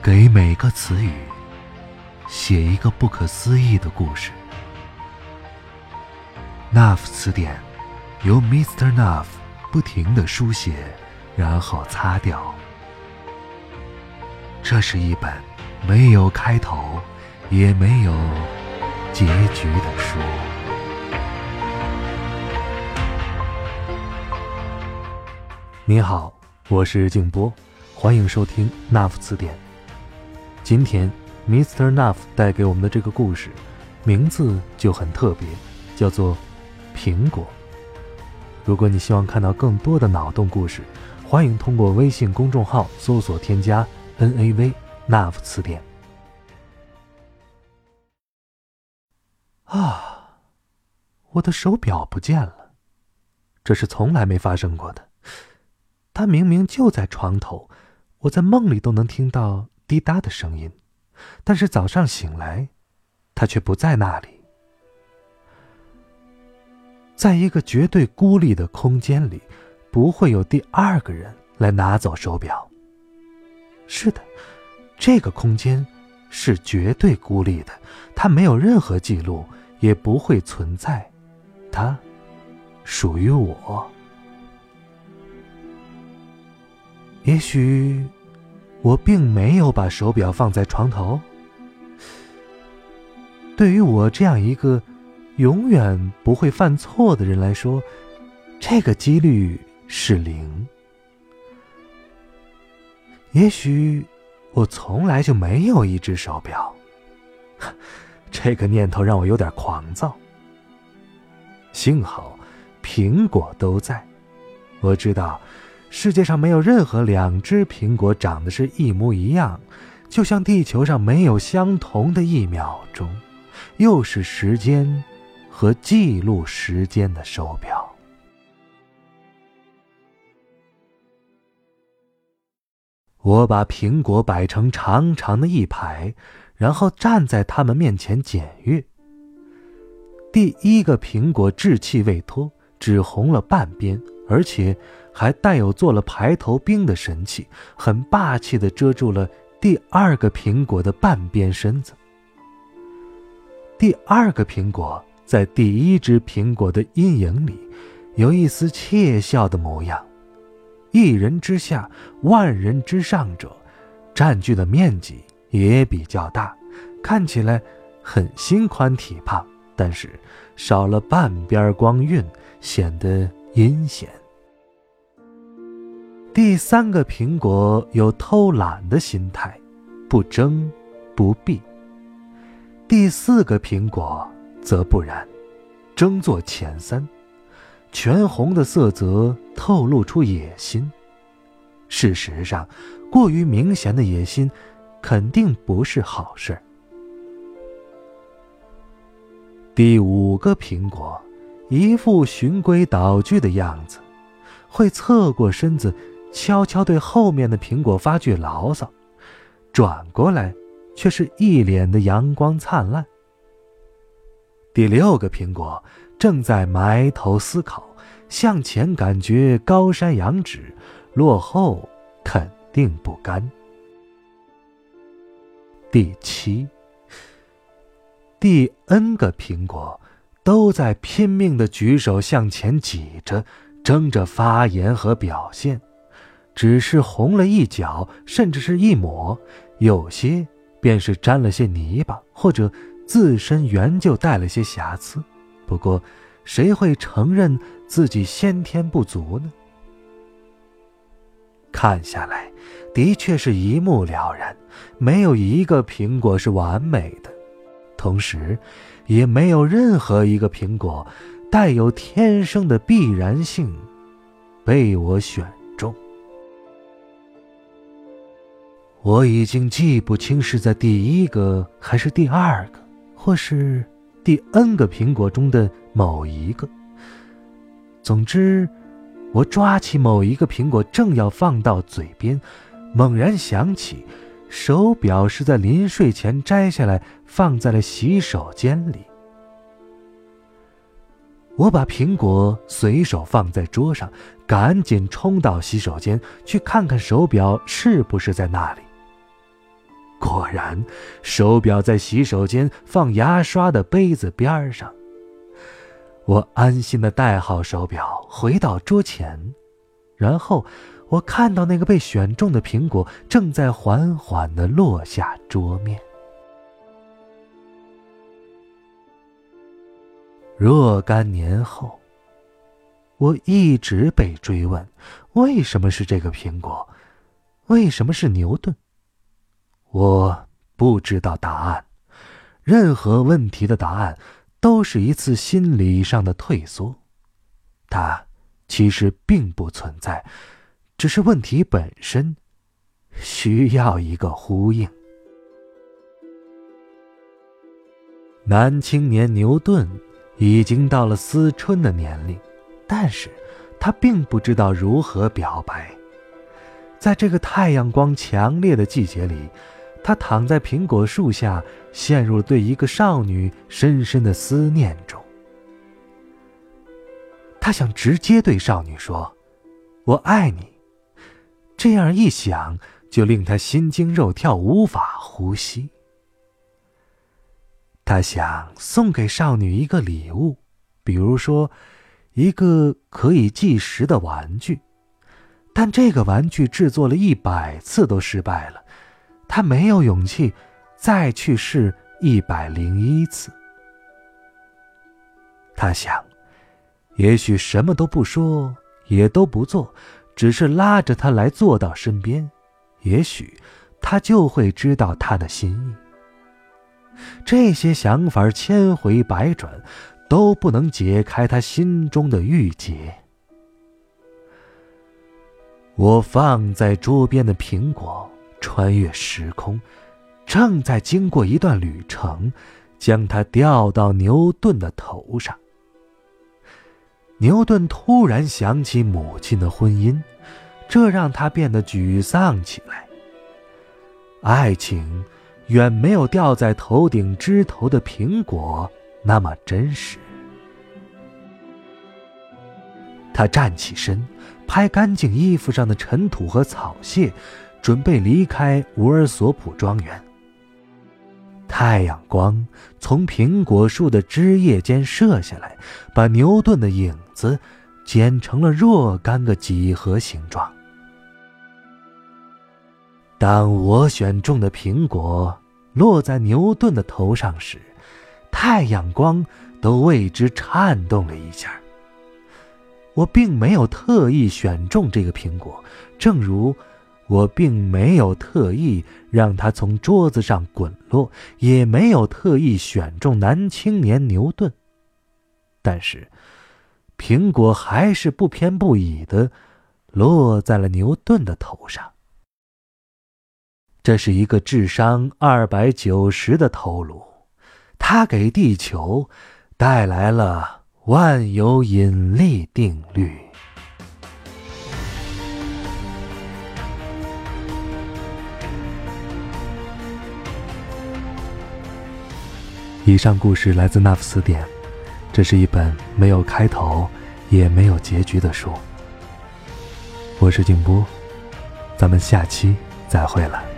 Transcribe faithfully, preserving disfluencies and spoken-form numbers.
给每个词语写一个不可思议的故事。 N A F 词典由 Mister N A F 不停地书写，然后擦掉。这是一本没有开头也没有结局的书。你好，我是静波，欢迎收听 N A F 词典。今天 Mister N A F 带给我们的这个故事名字就很特别，叫做苹果。如果你希望看到更多的脑洞故事，欢迎通过微信公众号搜索添加 N A V N A F 词典。啊，我的手表不见了，这是从来没发生过的。它明明就在床头，我在梦里都能听到滴答的声音，但是早上醒来，它却不在那里。在一个绝对孤立的空间里，不会有第二个人来拿走手表。是的，这个空间是绝对孤立的，它没有任何记录，也不会存在，它属于我。也许我并没有把手表放在床头。对于我这样一个永远不会犯错的人来说，这个几率是零。也许我从来就没有一只手表，这个念头让我有点狂躁。幸好苹果都在，我知道世界上没有任何两只苹果长得是一模一样，就像地球上没有相同的一秒钟，又是时间和记录时间的手表。我把苹果摆成长长的一排，然后站在它们面前检阅。第一个苹果稚气未脱，只红了半边，而且还带有做了排头兵的神气，很霸气地遮住了第二个苹果的半边身子。第二个苹果在第一只苹果的阴影里，有一丝窃笑的模样。一人之下，万人之上者，占据的面积也比较大，看起来很心宽体胖，但是少了半边光晕，显得阴险。第三个苹果有偷懒的心态，不争不避。第四个苹果则不然，争做前三，全红的色泽透露出野心。事实上，过于明显的野心肯定不是好事。第五个苹果一副循规蹈矩的样子，会侧过身子悄悄对后面的苹果发句牢骚，转过来却是一脸的阳光灿烂。第六个苹果正在埋头思考，向前感觉高山仰止，落后肯定不甘。第七、第 N 个苹果都在拼命地举手向前挤着，争着发言和表现，只是红了一角，甚至是一抹，有些便是沾了些泥巴，或者自身原就带了些瑕疵。不过谁会承认自己先天不足呢？看下来的确是一目了然，没有一个苹果是完美的，同时也没有任何一个苹果带有天生的必然性被我选中。我已经记不清是在第一个还是第二个，或是第 N 个苹果中的某一个。总之，我抓起某一个苹果正要放到嘴边，猛然想起手表是在临睡前摘下来放在了洗手间里。我把苹果随手放在桌上，赶紧冲到洗手间去看看手表是不是在那里。 果然，手表在洗手间放牙刷的杯子边上。我安心地戴好手表，回到桌前，然后我看到那个被选中的苹果正在缓缓地落下桌面。若干年后，我一直被追问，为什么是这个苹果？为什么是牛顿？我不知道答案。任何问题的答案都是一次心理上的退缩，它其实并不存在，只是问题本身需要一个呼应。男青年牛顿已经到了思春的年龄，但是他并不知道如何表白。在这个太阳光强烈的季节里，他躺在苹果树下，陷入了对一个少女深深的思念中。他想直接对少女说：“我爱你。”这样一想，就令他心惊肉跳，无法呼吸。他想送给少女一个礼物，比如说一个可以计时的玩具，但这个玩具制作了一百次都失败了，他没有勇气再去试一百零一次。他想，也许什么都不说，也都不做，只是拉着他来坐到身边，也许他就会知道他的心意。这些想法千回百转，都不能解开他心中的郁结。我放在桌边的苹果穿越时空，正在经过一段旅程，将它掉到牛顿的头上。牛顿突然想起母亲的婚姻，这让他变得沮丧起来。爱情远没有掉在头顶枝头的苹果那么真实。他站起身，拍干净衣服上的尘土和草屑，准备离开伍尔索普庄园。太阳光从苹果树的枝叶间射下来，把牛顿的影子剪成了若干个几何形状。当我选中的苹果落在牛顿的头上时，太阳光都为之颤动了一下。我并没有特意选中这个苹果，正如我并没有特意让它从桌子上滚落，也没有特意选中男青年牛顿。但是苹果还是不偏不倚地落在了牛顿的头上。这是一个智商二百九十的头颅，它给地球带来了万有引力定律。以上故事来自那副词典，这是一本没有开头也没有结局的书。我是静波，咱们下期再会了。